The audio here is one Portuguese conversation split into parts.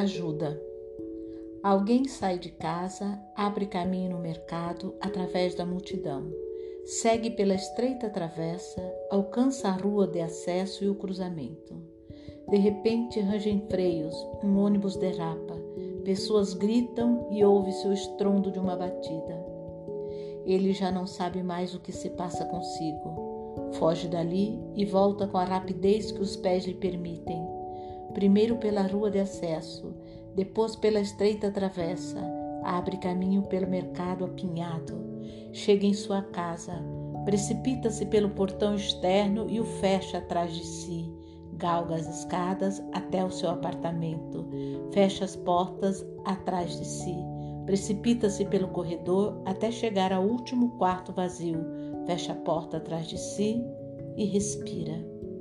Ajuda. Alguém sai de casa, abre caminho no mercado através da multidão. Segue pela estreita travessa, alcança a rua de acesso e o cruzamento. De repente rangem freios, um ônibus derrapa, pessoas gritam e ouve-se o estrondo de uma batida. Ele já não sabe mais o que se passa consigo. Foge dali e volta com a rapidez que os pés lhe permitem. Primeiro pela rua de acesso, depois pela estreita travessa, abre caminho pelo mercado apinhado. Chega em sua casa, precipita-se pelo portão externo e o fecha atrás de si. Galga as escadas até o seu apartamento, fecha as portas atrás de si. Precipita-se pelo corredor até chegar ao último quarto vazio, fecha a porta atrás de si e respira.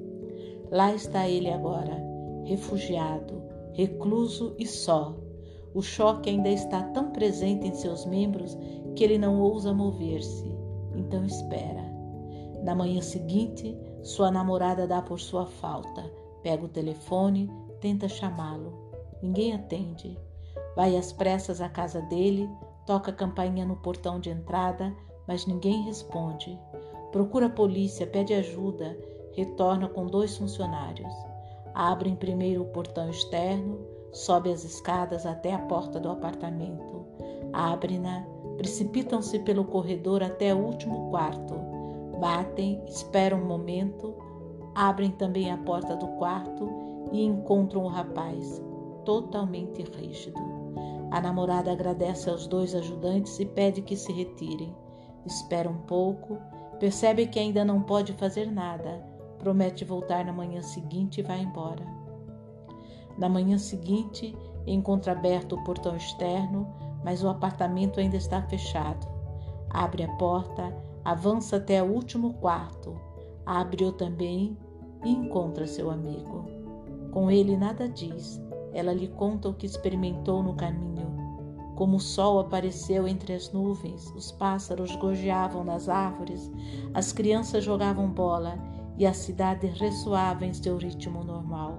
Lá está ele agora, refugiado, recluso e só. O choque ainda está tão presente em seus membros que ele não ousa mover-se. Então espera. Na manhã seguinte, sua namorada dá por sua falta. Pega o telefone, tenta chamá-lo. Ninguém atende. Vai às pressas à casa dele, toca a campainha no portão de entrada, mas ninguém responde. Procura a polícia, pede ajuda, retorna com 2 funcionários. Abrem primeiro o portão externo, sobe as escadas até a porta do apartamento. Abrem-na, precipitam-se pelo corredor até o último quarto. Batem, esperam um momento, abrem também a porta do quarto e encontram o rapaz, totalmente rígido. A namorada agradece aos 2 ajudantes e pede que se retirem. Espera um pouco, percebe que ainda não pode fazer nada, promete voltar na manhã seguinte e vai embora. Na manhã seguinte, encontra aberto o portão externo, mas o apartamento ainda está fechado. Abre a porta, avança até o último quarto, abre-o também e encontra seu amigo. Com ele nada diz, ela lhe conta o que experimentou no caminho. Como o sol apareceu entre as nuvens, os pássaros gorjeavam nas árvores, as crianças jogavam bola e a cidade ressoava em seu ritmo normal.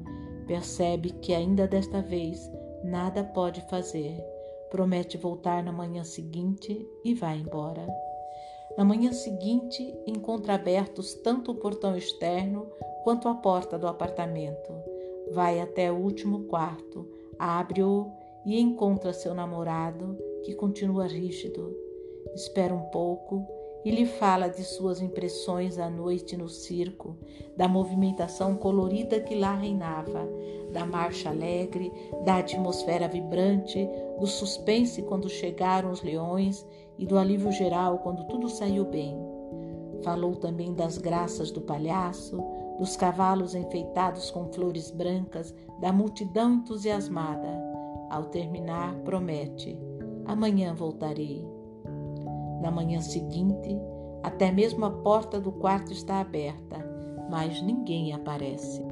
Percebe que ainda desta vez nada pode fazer. Promete voltar na manhã seguinte e vai embora. Na manhã seguinte, encontra abertos tanto o portão externo quanto a porta do apartamento. Vai até o último quarto, abre-o e encontra seu namorado, que continua rígido. Espera um pouco e lhe fala de suas impressões à noite no circo, da movimentação colorida que lá reinava, da marcha alegre, da atmosfera vibrante, do suspense quando chegaram os leões e do alívio geral quando tudo saiu bem. Falou também das graças do palhaço, dos cavalos enfeitados com flores brancas, da multidão entusiasmada. Ao terminar, promete: amanhã voltarei. Na manhã seguinte, até mesmo a porta do quarto está aberta, mas ninguém aparece.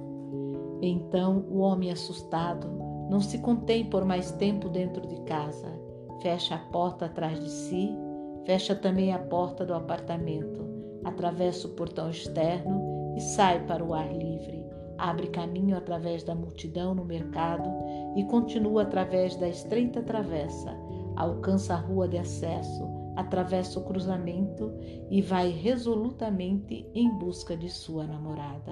Então o homem assustado não se contém por mais tempo dentro de casa. Fecha a porta atrás de si, fecha também a porta do apartamento, atravessa o portão externo e sai para o ar livre. Abre caminho através da multidão no mercado e continua através da estreita travessa. Alcança a rua de acesso, atravessa o cruzamento e vai resolutamente em busca de sua namorada.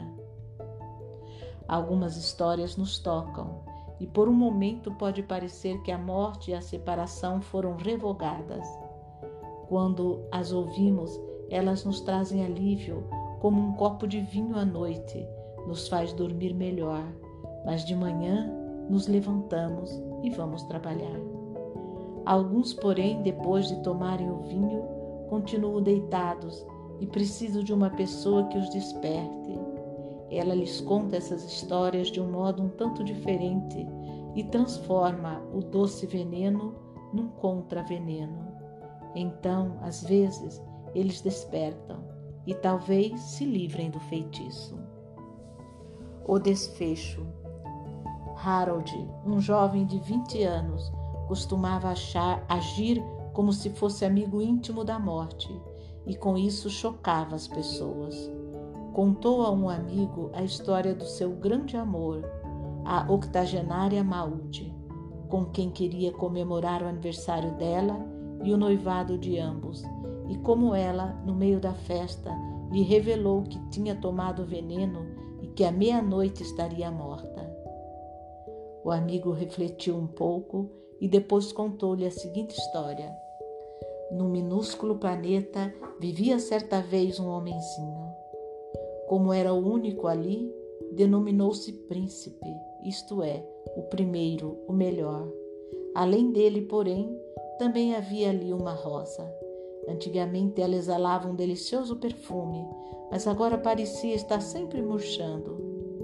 Algumas histórias nos tocam e por um momento pode parecer que a morte e a separação foram revogadas. Quando as ouvimos, elas nos trazem alívio, como um copo de vinho à noite, nos faz dormir melhor, mas de manhã nos levantamos e vamos trabalhar. Alguns, porém, depois de tomarem o vinho, continuam deitados e precisam de uma pessoa que os desperte. Ela lhes conta essas histórias de um modo um tanto diferente e transforma o doce veneno num contraveneno. Então, às vezes, eles despertam e talvez se livrem do feitiço. O desfecho. Harold, um jovem de 20 anos, costumava agir como se fosse amigo íntimo da morte e com isso chocava as pessoas. Contou a um amigo a história do seu grande amor. a octogenária Maud, com quem queria comemorar o aniversário dela e o noivado de ambos, e como ela, no meio da festa, lhe revelou que tinha tomado veneno e que à meia-noite estaria morta. O amigo refletiu um pouco e depois contou-lhe a seguinte história. No minúsculo planeta vivia certa vez um homenzinho. Como era o único ali, denominou-se príncipe, isto é, o primeiro, o melhor. Além dele, porém, também havia ali uma rosa. Antigamente ela exalava um delicioso perfume, mas agora parecia estar sempre murchando.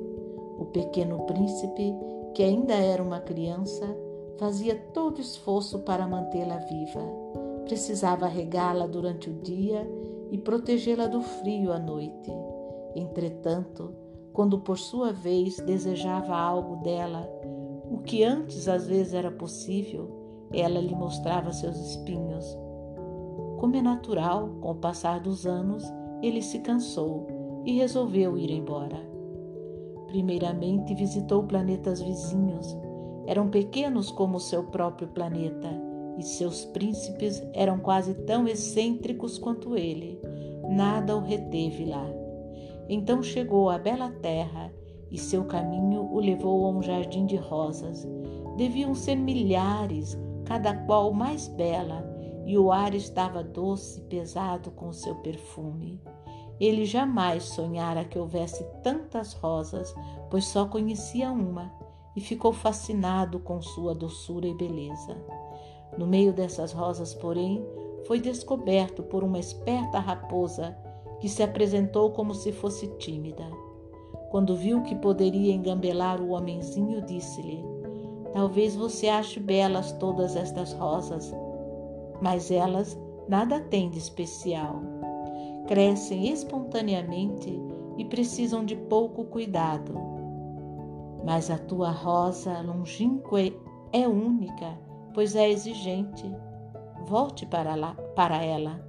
O pequeno príncipe, que ainda era uma criança, fazia todo esforço para mantê-la viva. Precisava regá-la durante o dia e protegê-la do frio à noite. Entretanto, quando por sua vez desejava algo dela, o que antes às vezes era possível, ela lhe mostrava seus espinhos. Como é natural, com o passar dos anos, ele se cansou e resolveu ir embora. Primeiramente visitou planetas vizinhos. Eram pequenos como o seu próprio planeta, e seus príncipes eram quase tão excêntricos quanto ele. Nada o reteve lá. Então chegou à bela terra, e seu caminho o levou a um jardim de rosas. Deviam ser milhares, cada qual mais bela, e o ar estava doce e pesado com o seu perfume. Ele jamais sonhara que houvesse tantas rosas, pois só conhecia uma, e ficou fascinado com sua doçura e beleza. No meio dessas rosas, porém, foi descoberto por uma esperta raposa que se apresentou como se fosse tímida. Quando viu que poderia engambelar o homenzinho, disse-lhe: "Talvez você ache belas todas estas rosas, mas elas nada têm de especial. Crescem espontaneamente e precisam de pouco cuidado. Mas a tua rosa longínqua é única, pois é exigente. Volte para ela."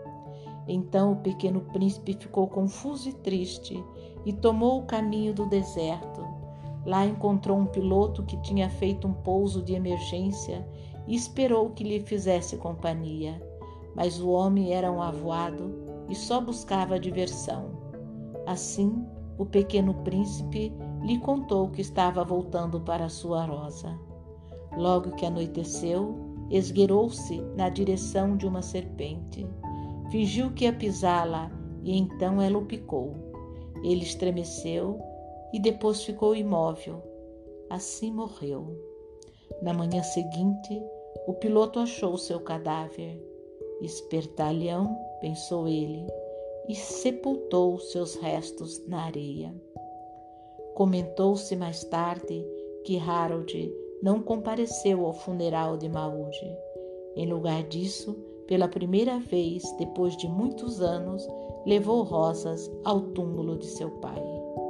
Então o pequeno príncipe ficou confuso e triste e tomou o caminho do deserto. Lá encontrou um piloto que tinha feito um pouso de emergência e esperou que lhe fizesse companhia. Mas o homem era um avoado e só buscava diversão. Assim, o pequeno príncipe lhe contou que estava voltando para sua rosa. Logo que anoiteceu, esgueirou-se na direção de uma serpente. Fingiu que ia pisá-la e então ela o picou. Ele estremeceu e depois ficou imóvel. Assim morreu. Na manhã seguinte, o piloto achou seu cadáver. Espertalhão, pensou ele, e sepultou seus restos na areia. Comentou-se mais tarde que Harold não compareceu ao funeral de Maud. Em lugar disso, pela primeira vez, depois de muitos anos, levou rosas ao túmulo de seu pai.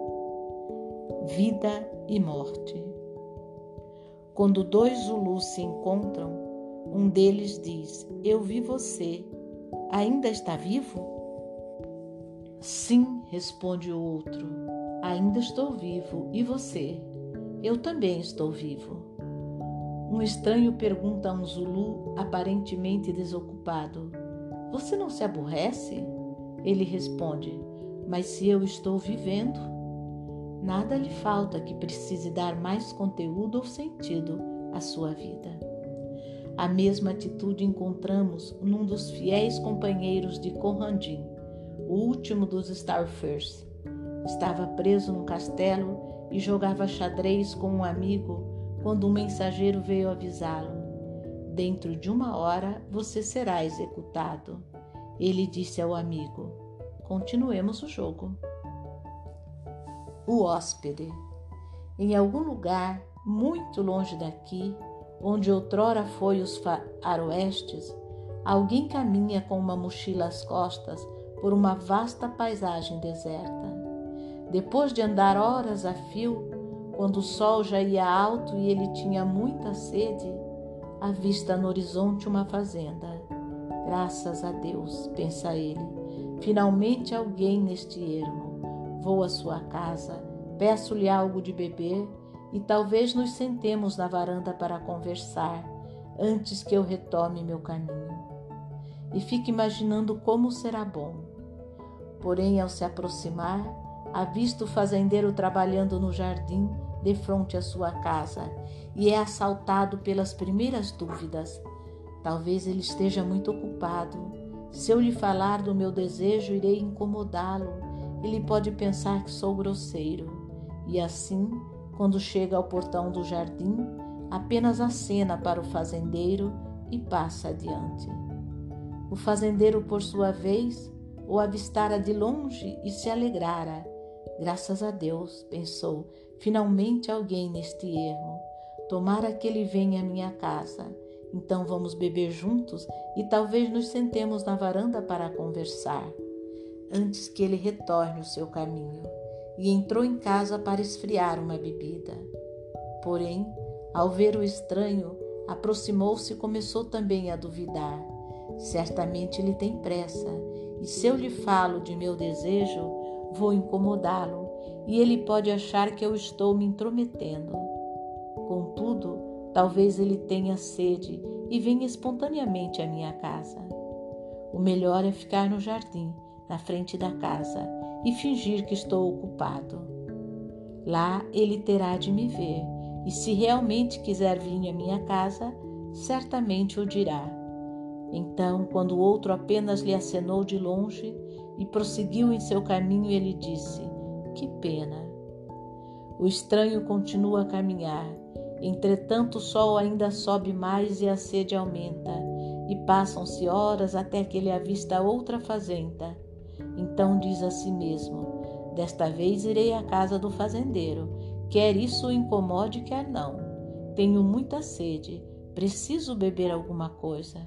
Vida e morte. Quando dois Zulus se encontram, um deles diz: "Eu vi você. Ainda está vivo?" "Sim", responde o outro. "Ainda estou vivo. E você?" "Eu também estou vivo." Um estranho pergunta a um Zulu aparentemente desocupado: "Você não se aborrece?" Ele responde: "Mas se eu estou vivendo?" Nada lhe falta que precise dar mais conteúdo ou sentido à sua vida. A mesma atitude encontramos num dos fiéis companheiros de Conradin, o último dos Starfers. Estava preso num castelo e jogava xadrez com um amigo quando um mensageiro veio avisá-lo: "Dentro de 1 hora você será executado." Ele disse ao amigo: "Continuemos o jogo." O hóspede. Em algum lugar muito longe daqui, onde outrora foi os faroestes, alguém caminha com uma mochila às costas por uma vasta paisagem deserta. Depois de andar horas a fio, quando o sol já ia alto e ele tinha muita sede, avista no horizonte uma fazenda. Graças a Deus, pensa ele, finalmente alguém neste ermo. Vou à sua casa, peço-lhe algo de beber e talvez nos sentemos na varanda para conversar antes que eu retome meu caminho. E fico imaginando como será bom. Porém, ao se aproximar, avista o fazendeiro trabalhando no jardim defronte à sua casa e é assaltado pelas primeiras dúvidas. Talvez ele esteja muito ocupado. Se eu lhe falar do meu desejo, irei incomodá-lo. Ele pode pensar que sou grosseiro. E assim, quando chega ao portão do jardim, apenas acena para o fazendeiro e passa adiante. O fazendeiro, por sua vez, o avistara de longe e se alegrara. Graças a Deus, pensou, finalmente alguém neste ermo. Tomara que ele venha à minha casa. Então vamos beber juntos e talvez nos sentemos na varanda para conversar, antes que ele retorne o seu caminho. E entrou em casa para esfriar uma bebida. Porém, ao ver o estranho, aproximou-se e começou também a duvidar. Certamente ele tem pressa, e se eu lhe falo de meu desejo, vou incomodá-lo, e ele pode achar que eu estou me intrometendo. Contudo, talvez ele tenha sede e venha espontaneamente à minha casa. O melhor é ficar no jardim, na frente da casa, e fingir que estou ocupado. Lá ele terá de me ver, e se realmente quiser vir à minha casa, certamente o dirá. Então, quando o outro apenas lhe acenou de longe e prosseguiu em seu caminho, ele disse: "Que pena." O estranho continua a caminhar. Entretanto, o sol ainda sobe mais e a sede aumenta, e passam-se horas até que ele avista outra fazenda. Então diz a si mesmo: "Desta vez irei à casa do fazendeiro, quer isso o incomode, quer não. Tenho muita sede, preciso beber alguma coisa."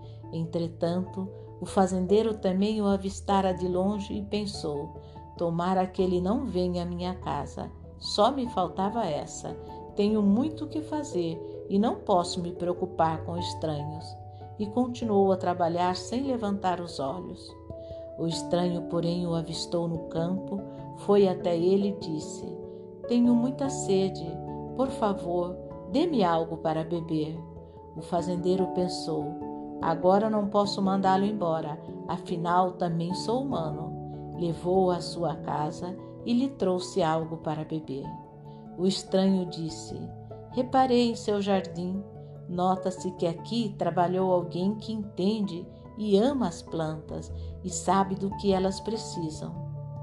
Entretanto, o fazendeiro também o avistara de longe e pensou: "Tomara que ele não venha à minha casa, só me faltava essa. Tenho muito o que fazer e não posso me preocupar com estranhos." E continuou a trabalhar sem levantar os olhos. O estranho, porém, o avistou no campo, foi até ele e disse: "Tenho muita sede, por favor, dê-me algo para beber." O fazendeiro pensou: "Agora não posso mandá-lo embora, afinal também sou humano." Levou-o à sua casa e lhe trouxe algo para beber. O estranho disse: "Reparei em seu jardim. Nota-se que aqui trabalhou alguém que entende e ama as plantas e sabe do que elas precisam."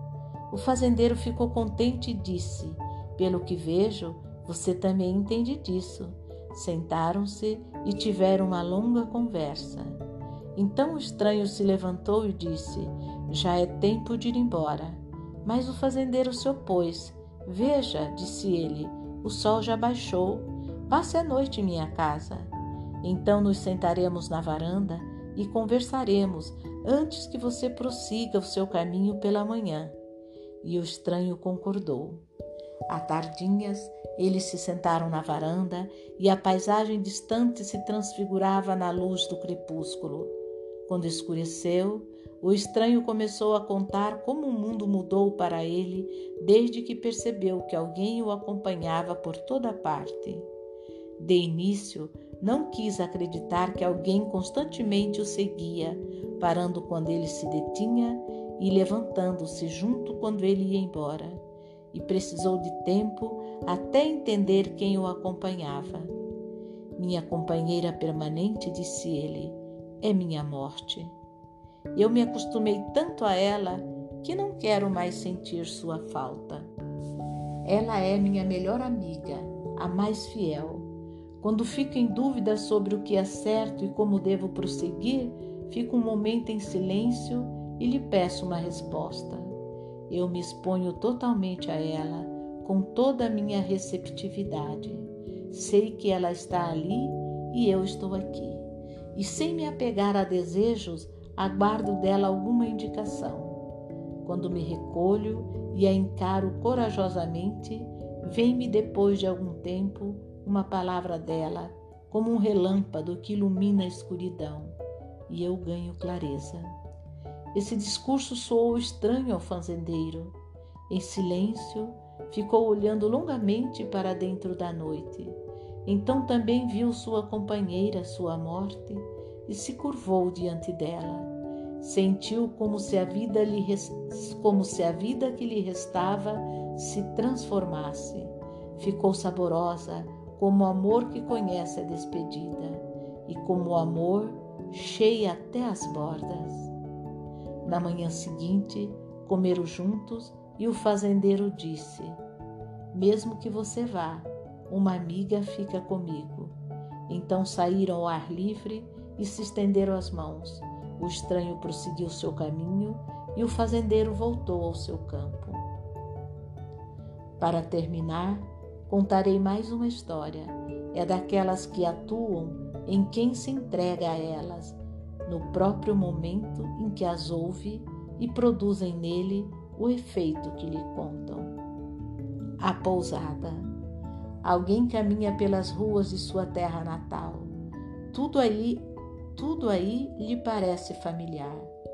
O fazendeiro ficou contente e disse: "Pelo que vejo, você também entende disso." Sentaram-se e tiveram uma longa conversa. Então o estranho se levantou e disse: "Já é tempo de ir embora." Mas o fazendeiro se opôs. "Veja," disse ele, "o sol já baixou. Passe a noite em minha casa. Então nos sentaremos na varanda e conversaremos antes que você prossiga o seu caminho pela manhã." E o estranho concordou. À tardinhas, eles se sentaram na varanda e a paisagem distante se transfigurava na luz do crepúsculo. Quando escureceu, o estranho começou a contar como o mundo mudou para ele desde que percebeu que alguém o acompanhava por toda parte. De início, não quis acreditar que alguém constantemente o seguia, parando quando ele se detinha e levantando-se junto quando ele ia embora. E precisou de tempo até entender quem o acompanhava. "Minha companheira permanente," disse ele, "é minha morte. Eu me acostumei tanto a ela que não quero mais sentir sua falta. Ela é minha melhor amiga, a mais fiel. Quando fico em dúvida sobre o que é certo e como devo prosseguir, fico um momento em silêncio e lhe peço uma resposta. Eu me exponho totalmente a ela, com toda a minha receptividade. Sei que ela está ali e eu estou aqui. E sem me apegar a desejos, aguardo dela alguma indicação. Quando me recolho e a encaro corajosamente, vem-me depois de algum tempo uma palavra dela, como um relâmpago que ilumina a escuridão, e eu ganho clareza." Esse discurso soou estranho ao fazendeiro. Em silêncio, ficou olhando longamente para dentro da noite. Então também viu sua companheira, sua morte, e se curvou diante dela. Sentiu como se a vida que lhe restava se transformasse. Ficou saborosa, como o amor que conhece a despedida, e como o amor, cheia até as bordas. Na manhã seguinte, comeram juntos e o fazendeiro disse: mesmo que você vá, uma amiga fica comigo. Então saíram ao ar livre e se estenderam as mãos. O estranho prosseguiu seu caminho e o fazendeiro voltou ao seu campo. Para terminar, contarei mais uma história. É daquelas que atuam em quem se entrega a elas, no próprio momento em que as ouve, e produzem nele o efeito que lhe contam. A pousada. Alguém caminha pelas ruas de sua terra natal. Tudo aí lhe parece familiar.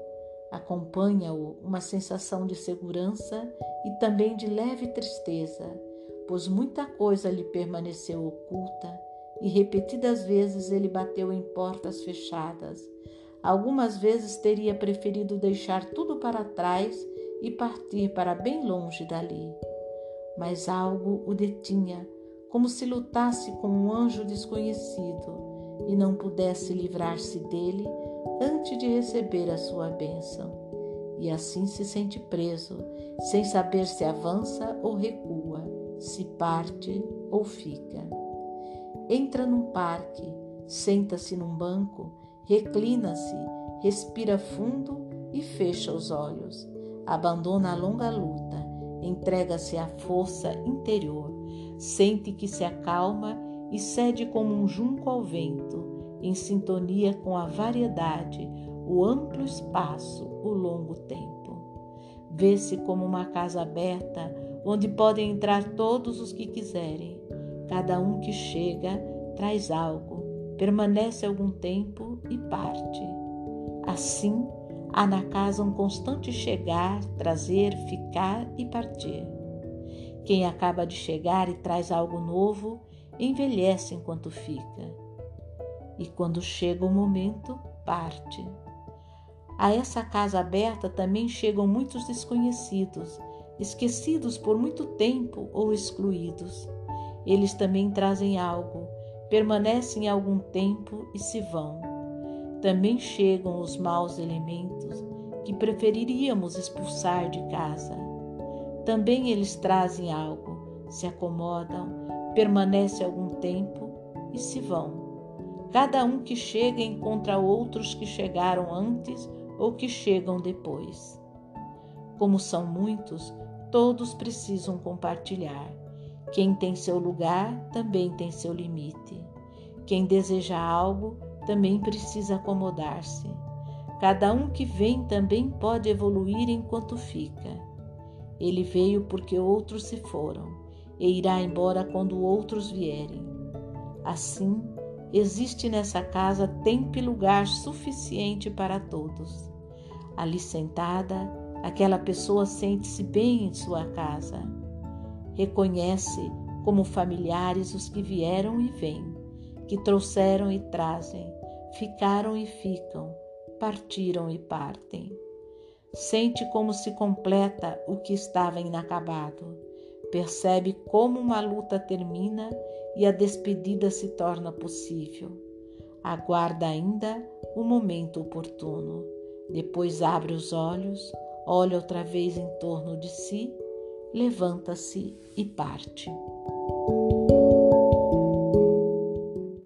Acompanha-o uma sensação de segurança e também de leve tristeza, pois muita coisa lhe permaneceu oculta e repetidas vezes ele bateu em portas fechadas. Algumas vezes teria preferido deixar tudo para trás e partir para bem longe dali. Mas algo o detinha, como se lutasse com um anjo desconhecido e não pudesse livrar-se dele antes de receber a sua bênção. E assim se sente preso, sem saber se avança ou recua, se parte ou fica. Entra num parque, senta-se num banco, reclina-se, respira fundo e fecha os olhos. Abandona a longa luta, entrega-se à força interior, sente que se acalma e cede como um junco ao vento, em sintonia com a variedade, o amplo espaço, o longo tempo. Vê-se como uma casa aberta, onde podem entrar todos os que quiserem. Cada um que chega traz algo, permanece algum tempo e parte. Assim, há na casa um constante chegar, trazer, ficar e partir. Quem acaba de chegar e traz algo novo, envelhece enquanto fica. E quando chega o momento, parte. A essa casa aberta também chegam muitos desconhecidos, esquecidos por muito tempo ou excluídos. Eles também trazem algo, permanecem algum tempo e se vão. Também chegam os maus elementos que preferiríamos expulsar de casa. Também eles trazem algo, se acomodam, permanecem algum tempo e se vão. Cada um que chega encontra outros que chegaram antes ou que chegam depois. Como são muitos, todos precisam compartilhar. Quem tem seu lugar também tem seu limite. Quem deseja algo também precisa acomodar-se. Cada um que vem também pode evoluir enquanto fica. Ele veio porque outros se foram e irá embora quando outros vierem. Assim, existe nessa casa tempo e lugar suficiente para todos. Ali sentada, aquela pessoa sente-se bem em sua casa. Reconhece como familiares os que vieram e vêm, que trouxeram e trazem, ficaram e ficam, partiram e partem. Sente como se completa o que estava inacabado. Percebe como uma luta termina e a despedida se torna possível. Aguarda ainda o momento oportuno. Depois abre os olhos, olha outra vez em torno de si, levanta-se e parte.